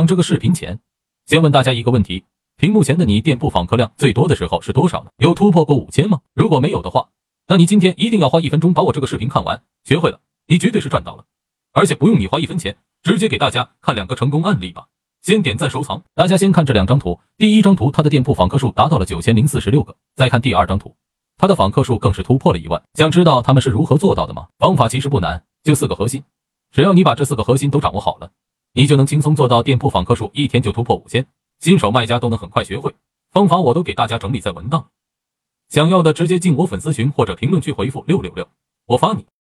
这个视频前，先问大家一个问题：屏幕前的你店铺访客量最多的时候是多少呢？有突破过5000吗？如果没有的话，那你今天一定要花1分钟把我这个视频看完，学会了，你绝对是赚到了，而且不用你花1分钱，直接给大家看2个成功案例吧。先点赞收藏，大家先看这2张图。第一张图，它的店铺访客数达到了9046个。再看第二张图，它的访客数更是突破了1万。想知道他们是如何做到的吗？方法其实不难，就4个核心，只要你把这4个核心都掌握好了，你就能轻松做到店铺访客数1天就突破5000，新手卖家都能很快学会。方法我都给大家整理在文档，想要的直接进我粉丝群或者评论区回复666，我发你。